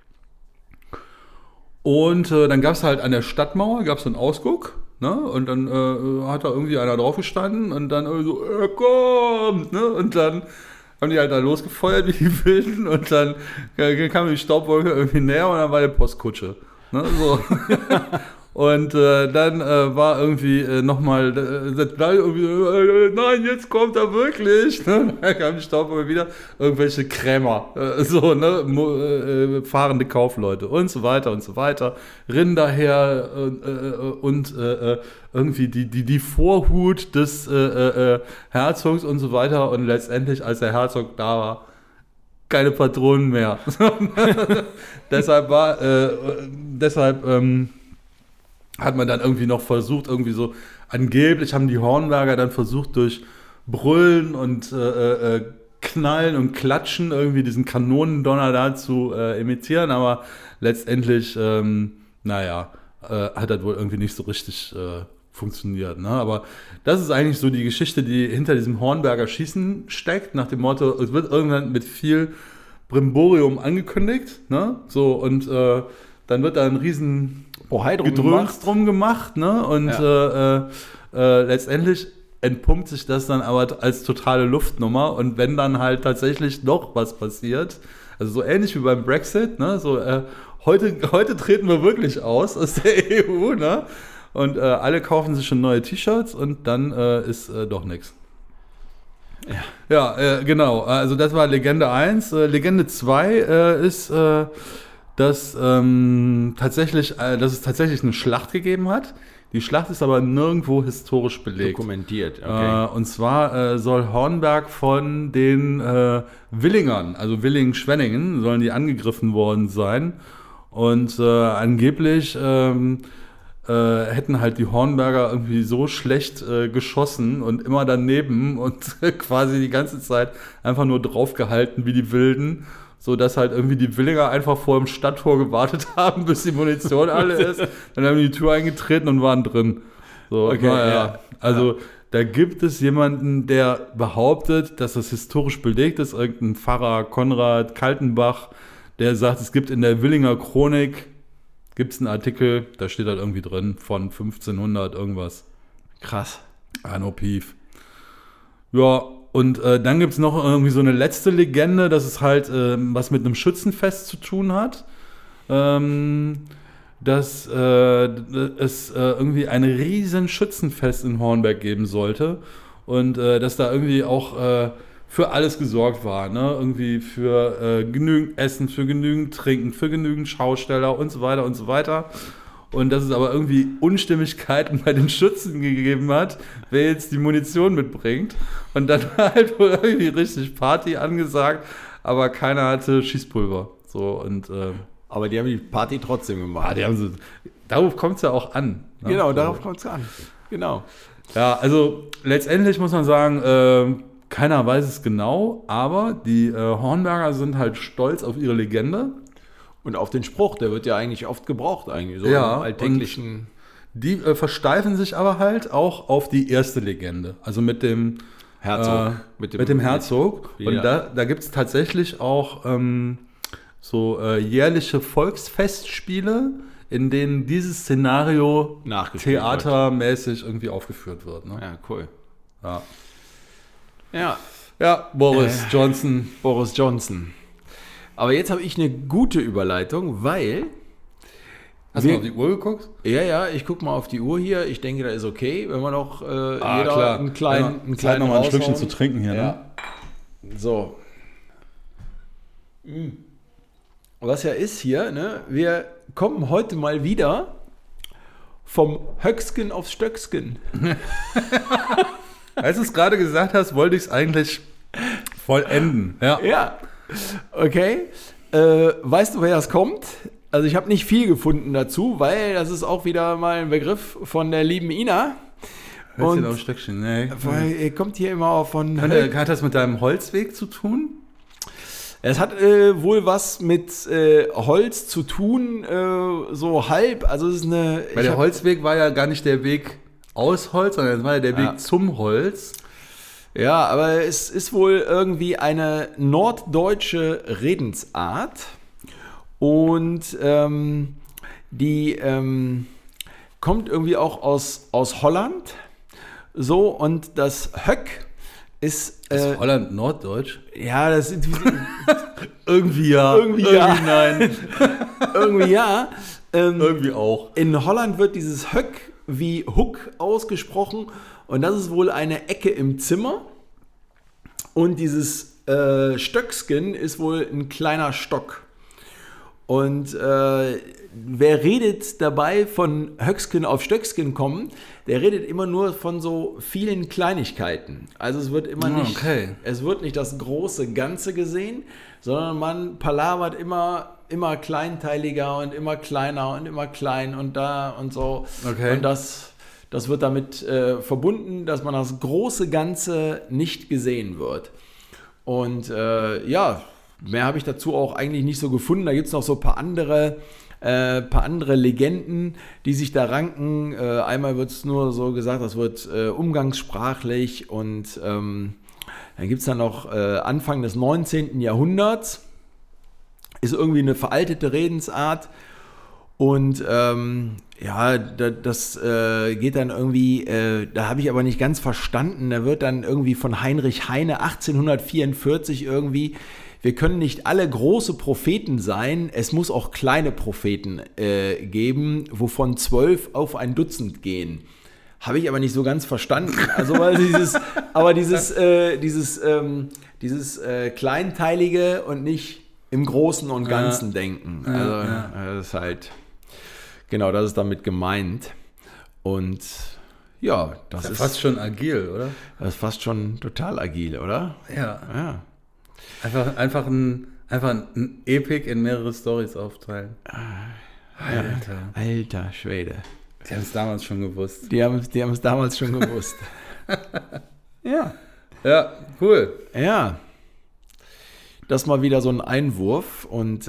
Und dann gab es halt an der Stadtmauer gab's einen Ausguck, ne? Und dann hat da irgendwie einer drauf gestanden und dann so, kommt, ne? Und dann haben die halt da losgefeuert wie die Wilden und dann kam die Staubwolke irgendwie näher und dann war die Postkutsche. Ne? So. Und dann war irgendwie nochmal, nein, jetzt kommt er wirklich. Ne? Dann kam die Staubwolke wieder, irgendwelche Krämer, so, ne? Fahrende Kaufleute und so weiter, Rinder her und irgendwie die Vorhut des Herzogs und so weiter. Und letztendlich, als der Herzog da war, keine Patronen mehr. Deshalb hat man dann irgendwie noch versucht, irgendwie so, angeblich haben die Hornberger dann versucht, durch Brüllen und Knallen und Klatschen irgendwie diesen Kanonendonner da zu imitieren, aber letztendlich, hat das wohl irgendwie nicht so richtig funktioniert. Ne? Aber das ist eigentlich so die Geschichte, die hinter diesem Hornberger Schießen steckt, nach dem Motto, es wird irgendwann mit viel Brimborium angekündigt, ne? So, und dann wird da ein riesen Gedröns drum gemacht, ne? Und letztendlich entpumpt sich das dann aber als totale Luftnummer und wenn dann halt tatsächlich noch was passiert, also so ähnlich wie beim Brexit, ne? So, heute treten wir wirklich aus der EU, ne? Und alle kaufen sich schon neue T-Shirts und dann ist doch nichts. Ja, genau. Also das war Legende 1. Legende 2 ist, dass es tatsächlich eine Schlacht gegeben hat. Die Schlacht ist aber nirgendwo historisch belegt. Dokumentiert, okay. Und zwar soll Hornberg von den Willingern, also Villingen-Schwenningen, sollen die angegriffen worden sein. Und angeblich hätten halt die Hornberger irgendwie so schlecht geschossen und immer daneben und quasi die ganze Zeit einfach nur draufgehalten wie die Wilden, so dass halt irgendwie die Willinger einfach vor dem Stadttor gewartet haben, bis die Munition alle ist. Dann haben die Tür eingetreten und waren drin. So, okay, ja. Also da gibt es jemanden, der behauptet, dass das historisch belegt ist, irgendein Pfarrer Konrad Kaltenbach, der sagt, es gibt in der Willinger Chronik gibt es einen Artikel, da steht halt irgendwie drin, von 1500 irgendwas. Krass. Anno Pief. Ja, und dann gibt es noch irgendwie so eine letzte Legende, dass es halt was mit einem Schützenfest zu tun hat. Dass es irgendwie ein riesen Schützenfest in Hornberg geben sollte. Und dass da irgendwie auch für alles gesorgt war, ne? Irgendwie für genügend Essen, für genügend Trinken, für genügend Schausteller und so weiter und so weiter. Und dass es aber irgendwie Unstimmigkeiten bei den Schützen gegeben hat, wer jetzt die Munition mitbringt. Und dann war halt wohl irgendwie richtig Party angesagt, aber keiner hatte Schießpulver. So, und, aber die haben die Party trotzdem gemacht. Ja, darauf kommt es ja auch an. Ne? Genau, darauf kommt es an. Genau. Ja, also letztendlich muss man sagen, keiner weiß es genau, aber die Hornberger sind halt stolz auf ihre Legende Und auf den Spruch, der wird ja eigentlich oft gebraucht, eigentlich so Ja, im alltäglichen. Die versteifen sich aber halt auch auf die erste Legende, also mit dem Herzog. Mit dem Herzog. Ja. Und da gibt es tatsächlich auch jährliche Volksfestspiele, in denen dieses Szenario Nachgespielt theatermäßig irgendwie aufgeführt wird. Ne? Ja, cool. Ja. Ja, Ja, Boris Johnson. Boris Johnson. Aber jetzt habe ich eine gute Überleitung, weil... Hast du mal auf die Uhr geguckt? Ja, ich gucke mal auf die Uhr hier. Ich denke, da ist okay, wenn wir noch jeder klar. einen kleinen Zeit noch mal ein Stückchen raushauen. zu trinken hier. Ne? Ja. So. Was ja ist hier, ne? Wir kommen heute mal wieder vom Höcksken aufs Stöcksken. Als du es gerade gesagt hast, wollte ich es eigentlich vollenden. Ja. Ja. Okay. Weißt du, wer das kommt? Also ich habe nicht viel gefunden dazu, weil das ist auch wieder mal ein Begriff von der lieben Ina. Höchstchen auf Stöckchen, nee. Weil er kommt hier immer von... Hat das mit deinem Holzweg zu tun? Es hat wohl was mit Holz zu tun, so halb. Also es ist eine... Weil der Holzweg war ja gar nicht der Weg aus Holz, sondern es war ja der Weg zum Holz. Ja, aber es ist wohl irgendwie eine norddeutsche Redensart. Und die kommt irgendwie auch aus Holland. So, und das Höck ist... Ist Holland norddeutsch? Ja, das sind... Irgendwie ja. Irgendwie ja. Nein. irgendwie ja. Irgendwie auch. In Holland wird dieses Höck wie Huck ausgesprochen. Und das ist wohl eine Ecke im Zimmer. Und dieses Stöcksken ist wohl ein kleiner Stock. Und wer redet dabei von Höcksken auf Stöcksken kommen, der redet immer nur von so vielen Kleinigkeiten. Also es wird immer es wird nicht das große Ganze gesehen, sondern man palavert immer kleinteiliger und immer kleiner und immer klein und da und so. Okay. Und das wird damit verbunden, dass man das große Ganze nicht gesehen wird. Und mehr habe ich dazu auch eigentlich nicht so gefunden. Da gibt es noch so ein paar andere Legenden, die sich da ranken. Einmal wird es nur so gesagt, das wird umgangssprachlich und dann gibt es dann noch Anfang des 19. Jahrhunderts. Ist irgendwie eine veraltete Redensart. Und das geht dann irgendwie, da habe ich aber nicht ganz verstanden, da wird dann irgendwie von Heinrich Heine 1844 irgendwie, wir können nicht alle große Propheten sein, es muss auch kleine Propheten geben, wovon 12 auf ein Dutzend gehen. Habe ich aber nicht so ganz verstanden. Also weil dieses Kleinteilige und nicht im Großen und Ganzen denken. Also das ist halt, genau, das ist damit gemeint. Und ja, das ist fast schon agil, oder? Das ist fast schon total agil, oder? Ja. Einfach ein Epic in mehrere Storys aufteilen. Alter Schwede. Die haben es damals schon gewusst. Die haben es damals schon gewusst. Ja. Ja, cool. Ja. Das mal wieder so ein Einwurf und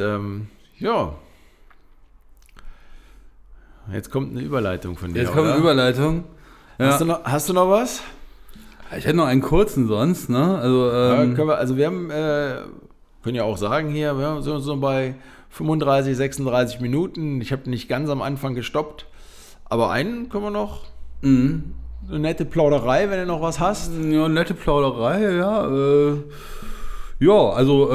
jetzt kommt eine Überleitung von dir. Jetzt kommt eine Überleitung. Ja. Hast du noch was? Ich hätte noch einen kurzen sonst, ne? Also, wir können ja auch sagen hier, wir sind so bei 35, 36 Minuten. Ich habe nicht ganz am Anfang gestoppt, aber einen können wir noch. Eine nette Plauderei, wenn du noch was hast. Ja, nette Plauderei, ja. Ja, also,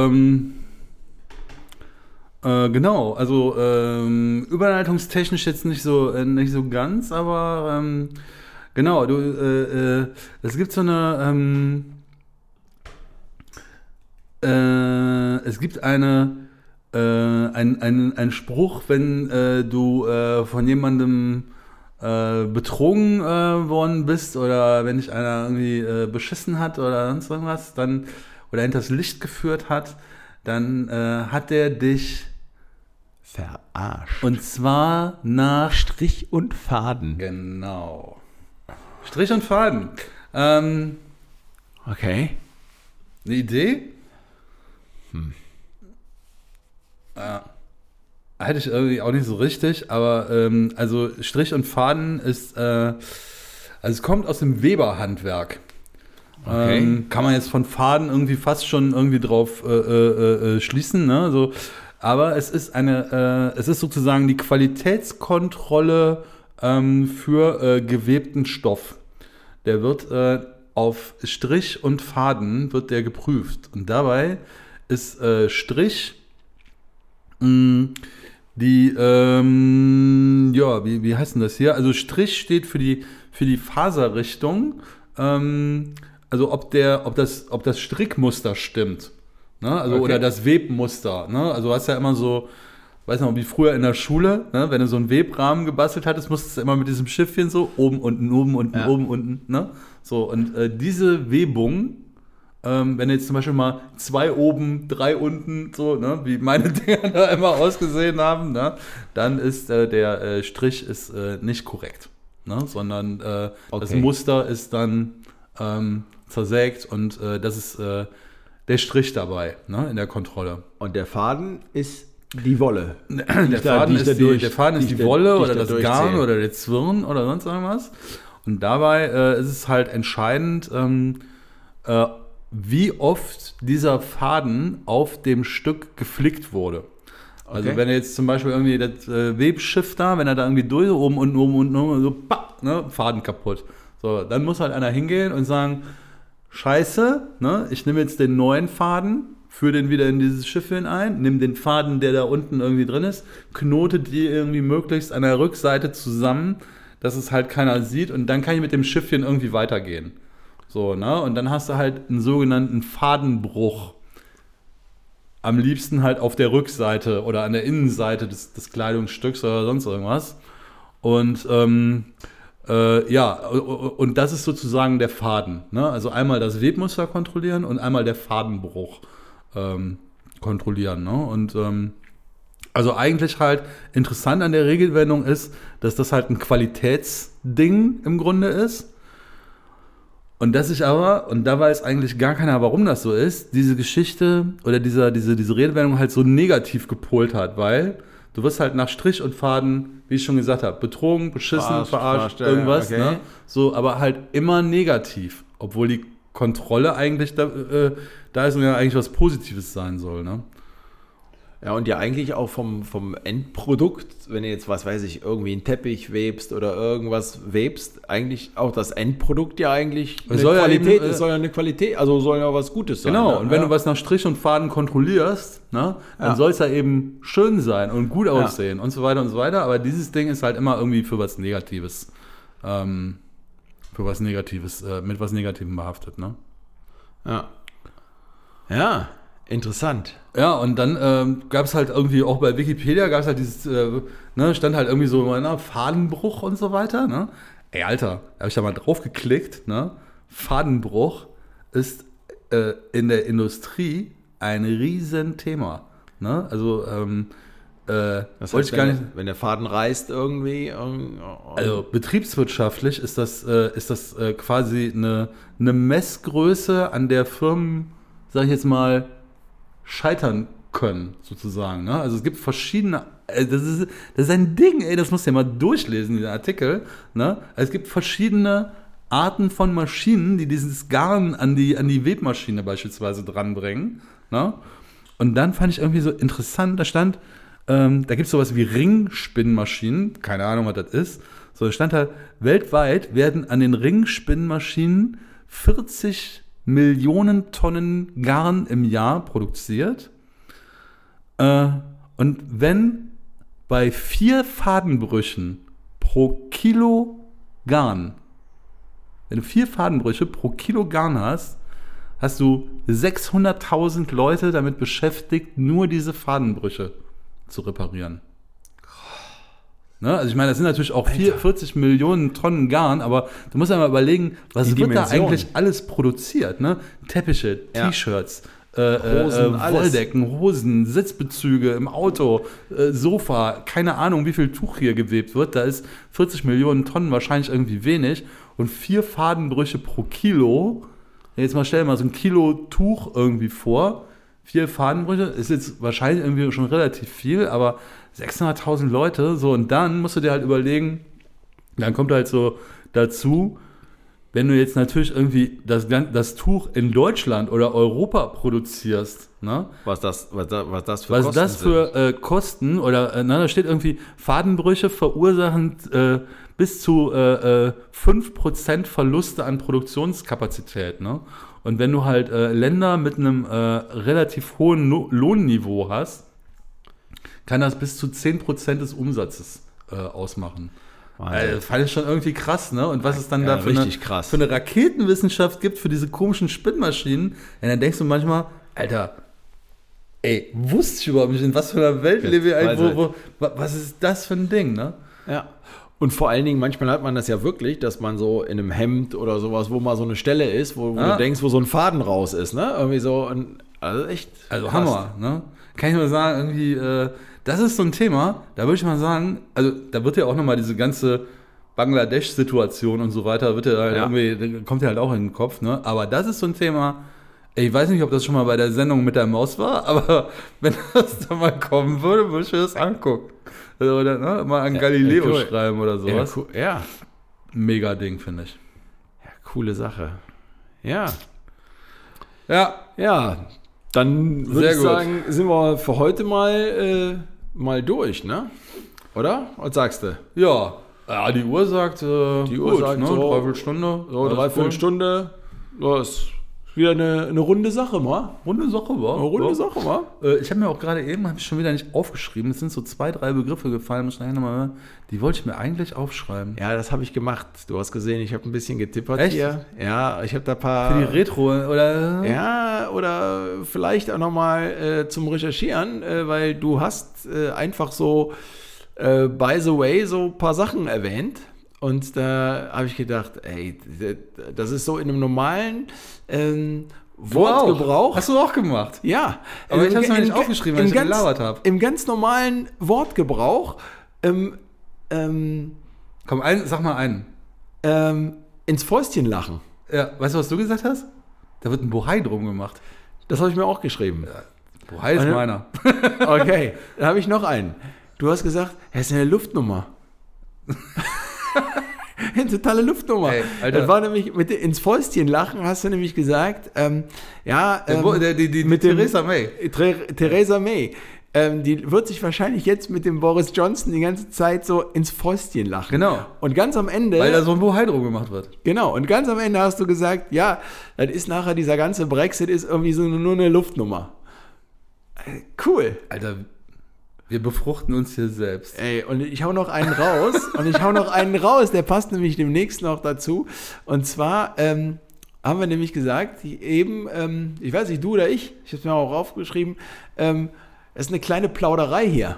genau, also überleitungstechnisch jetzt nicht so ganz, aber genau, es gibt so eine, es gibt einen Spruch, wenn du von jemandem betrogen worden bist oder wenn dich einer irgendwie beschissen hat oder sonst irgendwas, dann oder hinters Licht geführt hat, dann hat der dich verarscht. Und zwar nach Strich und Faden. Genau. Strich und Faden. Okay. Eine Idee? Ja. Hatte ich irgendwie auch nicht so richtig, aber also Strich und Faden ist, also es kommt aus dem Weberhandwerk. Okay. Kann man jetzt von Faden irgendwie fast schon irgendwie drauf schließen, ne? So, aber es ist es ist sozusagen die Qualitätskontrolle für gewebten Stoff. Der wird auf Strich und Faden wird der geprüft. Und dabei ist Strich die, wie heißt denn das hier? Also Strich steht für die Faserrichtung, also ob das Strickmuster stimmt, ne? Also Okay. oder das Webmuster, ne? Also du hast ja immer so, weiß noch, wie früher in der Schule, ne? Wenn du so einen Webrahmen gebastelt hattest, musstest du immer mit diesem Schiffchen so oben, unten, Ja. oben, unten, ne? So, und diese Webung, wenn jetzt zum Beispiel mal 2 oben, 3 unten, so, ne, wie meine Dinger da immer ausgesehen haben, ne, dann ist der Strich ist nicht korrekt, ne, sondern das Okay. Muster ist dann zersägt und das ist der Strich dabei, ne, in der Kontrolle. Und der Faden ist die Wolle. Der Faden ist die Wolle oder das Garn oder der Zwirn oder sonst irgendwas. Und dabei ist es halt entscheidend, wie oft dieser Faden auf dem Stück geflickt wurde. Also Okay. wenn er jetzt zum Beispiel irgendwie das Webschiff da, wenn er da irgendwie durch, oben, unten, so, papp, ne, Faden kaputt. So, dann muss halt einer hingehen und sagen, Scheiße, ne, ich nehme jetzt den neuen Faden, führe den wieder in dieses Schiff ein, nimm den Faden, der da unten irgendwie drin ist, knote die irgendwie möglichst an der Rückseite zusammen, dass es halt keiner sieht und dann kann ich mit dem Schiffchen irgendwie weitergehen. So, ne? Und dann hast du halt einen sogenannten Fadenbruch. Am liebsten halt auf der Rückseite oder an der Innenseite des Kleidungsstücks oder sonst irgendwas. Und und das ist sozusagen der Faden. Ne? Also einmal das Webmuster kontrollieren und einmal der Fadenbruch kontrollieren. Ne? Und also eigentlich halt interessant an der Regelwendung ist, dass das halt ein Qualitätsding im Grunde ist. Und dass ich aber, und da weiß eigentlich gar keiner, warum das so ist, diese Geschichte oder diese Redewendung halt so negativ gepolt hat, weil du wirst halt nach Strich und Faden, wie ich schon gesagt habe, betrogen, beschissen, verarscht, irgendwas, okay. ne? So, aber halt immer negativ, obwohl die Kontrolle eigentlich da ist und ja eigentlich was Positives sein soll, ne? Ja, und ja eigentlich auch vom Endprodukt, wenn du jetzt, was weiß ich, irgendwie einen Teppich webst oder irgendwas webst, eigentlich auch das Endprodukt ja eigentlich eine soll ja Qualität, eben, es soll ja eine Qualität, also soll ja was Gutes sein. Genau, ne? und wenn ja. du was nach Strich und Faden kontrollierst, ne, dann Ja. soll es ja eben schön sein und gut aussehen und so weiter und so weiter. Aber dieses Ding ist halt immer irgendwie für was Negatives, mit was Negativem behaftet, ne? Ja. Ja, interessant. Ja, und dann gab es halt irgendwie, auch bei Wikipedia gab es halt dieses, stand halt irgendwie so, Fadenbruch und so weiter, ne? Ey, Alter, da habe ich da mal drauf geklickt, ne? Fadenbruch ist in der Industrie ein Riesenthema, ne? Also, Das wollte heißt, ich gar nicht. wenn der Faden reißt irgendwie. Also betriebswirtschaftlich ist das quasi eine Messgröße, an der Firmen, sag ich jetzt mal, scheitern können, sozusagen. Ne? Also es gibt verschiedene, das ist ein Ding, ey, das musst du ja mal durchlesen, dieser Artikel. Ne? Also es gibt verschiedene Arten von Maschinen, die dieses Garn an die Webmaschine beispielsweise dranbringen. Ne? Und dann fand ich irgendwie so interessant, da stand, da gibt es sowas wie Ringspinnmaschinen, keine Ahnung, was das ist. So, da stand da, weltweit werden an den Ringspinnmaschinen 40 Millionen Tonnen Garn im Jahr produziert. Und wenn bei 4 Fadenbrüchen pro Kilo Garn, wenn du 4 Fadenbrüche pro Kilo Garn hast, hast du 600.000 Leute damit beschäftigt, nur diese Fadenbrüche zu reparieren. Ne? Also ich meine, das sind natürlich auch 40 Millionen Tonnen Garn, aber du musst ja mal überlegen, was Die wird da Dimension. eigentlich alles produziert? Ne? Teppiche, Ja. T-Shirts, Hosen, alles. Wolldecken, Hosen, Sitzbezüge im Auto, Sofa, keine Ahnung, wie viel Tuch hier gewebt wird. Da ist 40 Millionen Tonnen wahrscheinlich irgendwie wenig und 4 Fadenbrüche pro Kilo. Jetzt mal stell dir mal so ein Kilo Tuch irgendwie vor. 4 Fadenbrüche ist jetzt wahrscheinlich irgendwie schon relativ viel, aber 600.000 Leute, so, und dann musst du dir halt überlegen, dann kommt halt so dazu, wenn du jetzt natürlich irgendwie das Tuch in Deutschland oder Europa produzierst, ne? Was das für Kosten oder, da steht irgendwie, Fadenbrüche verursachen bis zu 5% Verluste an Produktionskapazität, ne? Und wenn du halt Länder mit einem relativ hohen Lohnniveau hast, kann das bis zu 10% des Umsatzes ausmachen. Das fand ich schon irgendwie krass, ne? Und was es dann da für eine Raketenwissenschaft gibt für diese komischen Spinnmaschinen, dann denkst du manchmal, Alter, wusste ich überhaupt nicht, in was für einer Welt lebe ich eigentlich, was ist das für ein Ding, ne? Ja. Und vor allen Dingen, manchmal hat man das ja wirklich, dass man so in einem Hemd oder sowas, wo mal so eine Stelle ist, wo du denkst, wo so ein Faden raus ist, ne? Irgendwie so, also echt. Also krass. Hammer, ne? Kann ich mal sagen, irgendwie, das ist so ein Thema, da würde ich mal sagen, also da wird ja auch nochmal diese ganze Bangladesch-Situation und so weiter, kommt ja halt auch in den Kopf, ne? Aber das ist so ein Thema, ich weiß nicht, ob das schon mal bei der Sendung mit der Maus war, aber wenn das da mal kommen würde ich mir das angucken. Oder mal an Galileo schreiben oder sowas. Ja. Mega Ding, finde ich. Ja, coole Sache. Ja. Ja. Ja, dann würde ich sagen, sind wir für heute mal durch, ne? Oder? Was sagst du? Ja, die Uhr sagt, die Uhr sagt ne? so, Dreiviertelstunde. So, Dreiviertelstunde. Das ist wieder eine runde Sache, wa? Runde Sache, wa? Eine runde Sache, wa? Ich habe mir auch gerade eben, schon wieder nicht aufgeschrieben, es sind so 2-3 Begriffe gefallen, die wollte ich mir eigentlich aufschreiben. Ja, das habe ich gemacht. Du hast gesehen, ich habe ein bisschen getippert. Echt? Hier. Ja, ich habe da ein paar... Für die Retro, oder? Ja, oder vielleicht auch nochmal zum Recherchieren, weil du hast einfach so by the way so ein paar Sachen erwähnt. Und da habe ich gedacht, das ist so in einem normalen Wortgebrauch. Hast du auch gemacht? Ja. Aber ich habe es mir nicht aufgeschrieben, weil ich gelabert habe. Im ganz normalen Wortgebrauch. Komm, sag mal einen. Ins Fäustchen lachen. Ja, weißt du, was du gesagt hast? Da wird ein Bohai drum gemacht. Das habe ich mir auch geschrieben. Ja, Bohai ist meiner. Okay, dann habe ich noch einen. Du hast gesagt, das ist eine Luftnummer. Eine totale Luftnummer. Alter. Das war nämlich mit ins Fäustchen lachen, hast du nämlich gesagt, mit Theresa May. Theresa May. Die wird sich wahrscheinlich jetzt mit dem Boris Johnson die ganze Zeit so ins Fäustchen lachen. Genau. Und ganz am Ende... Weil da so ein Bohai drum gemacht wird. Genau. Und ganz am Ende hast du gesagt, ja, das ist nachher, dieser ganze Brexit ist irgendwie so nur eine Luftnummer. Cool. Alter, wir befruchten uns hier selbst. Und ich hau noch einen raus. Der passt nämlich demnächst noch dazu. Und zwar haben wir nämlich gesagt, eben, ich weiß nicht, du oder ich habe es mir auch aufgeschrieben, es ist eine kleine Plauderei hier.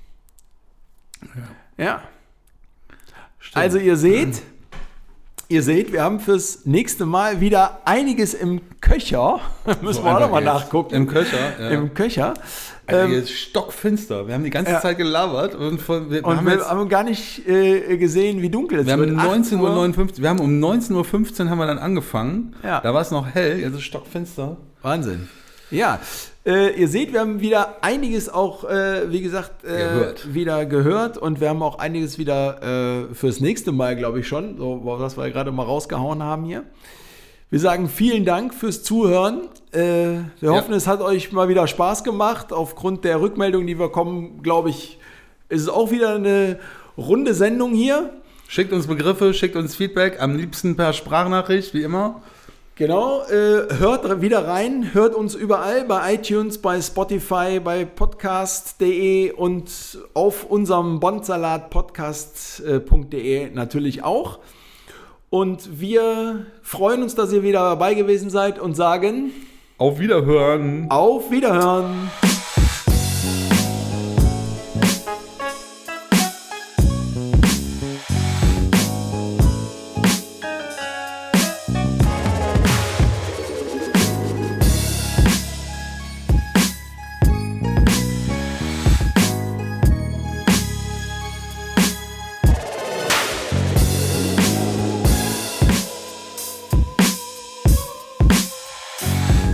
Ja. Stimmt. Also ihr seht, wir haben fürs nächste Mal wieder einiges im Köcher. Müssen wir auch nochmal nachgucken. Im Köcher, ja. Im Köcher. Alter, jetzt stockfinster. Wir haben die ganze Zeit gelabert und wir haben gar nicht gesehen, wie dunkel es wird. Wir haben um 19:15 Uhr haben wir dann angefangen. Ja. Da war es noch hell, jetzt ist es stockfinster. Wahnsinn. Ja, ihr seht, wir haben wieder einiges auch, wie gesagt, wieder gehört und wir haben auch einiges wieder fürs nächste Mal, glaube ich schon, so was wir gerade mal rausgehauen haben hier. Wir sagen vielen Dank fürs Zuhören. Wir hoffen, es hat euch mal wieder Spaß gemacht. Aufgrund der Rückmeldungen, die wir kommen, glaube ich, ist es auch wieder eine runde Sendung hier. Schickt uns Begriffe, schickt uns Feedback, am liebsten per Sprachnachricht, wie immer. Genau, hört wieder rein, hört uns überall, bei iTunes, bei Spotify, bei podcast.de und auf unserem bondsalatpodcast.de natürlich auch. Und wir freuen uns, dass ihr wieder dabei gewesen seid und sagen: Auf Wiederhören! Auf Wiederhören!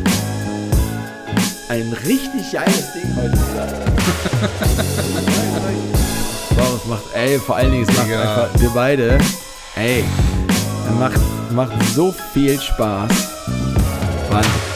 Ein richtig geiles Ding heute wieder. geil. Vor allen Dingen, es macht einfach, wir beide, ey, macht so viel Spaß. Mann.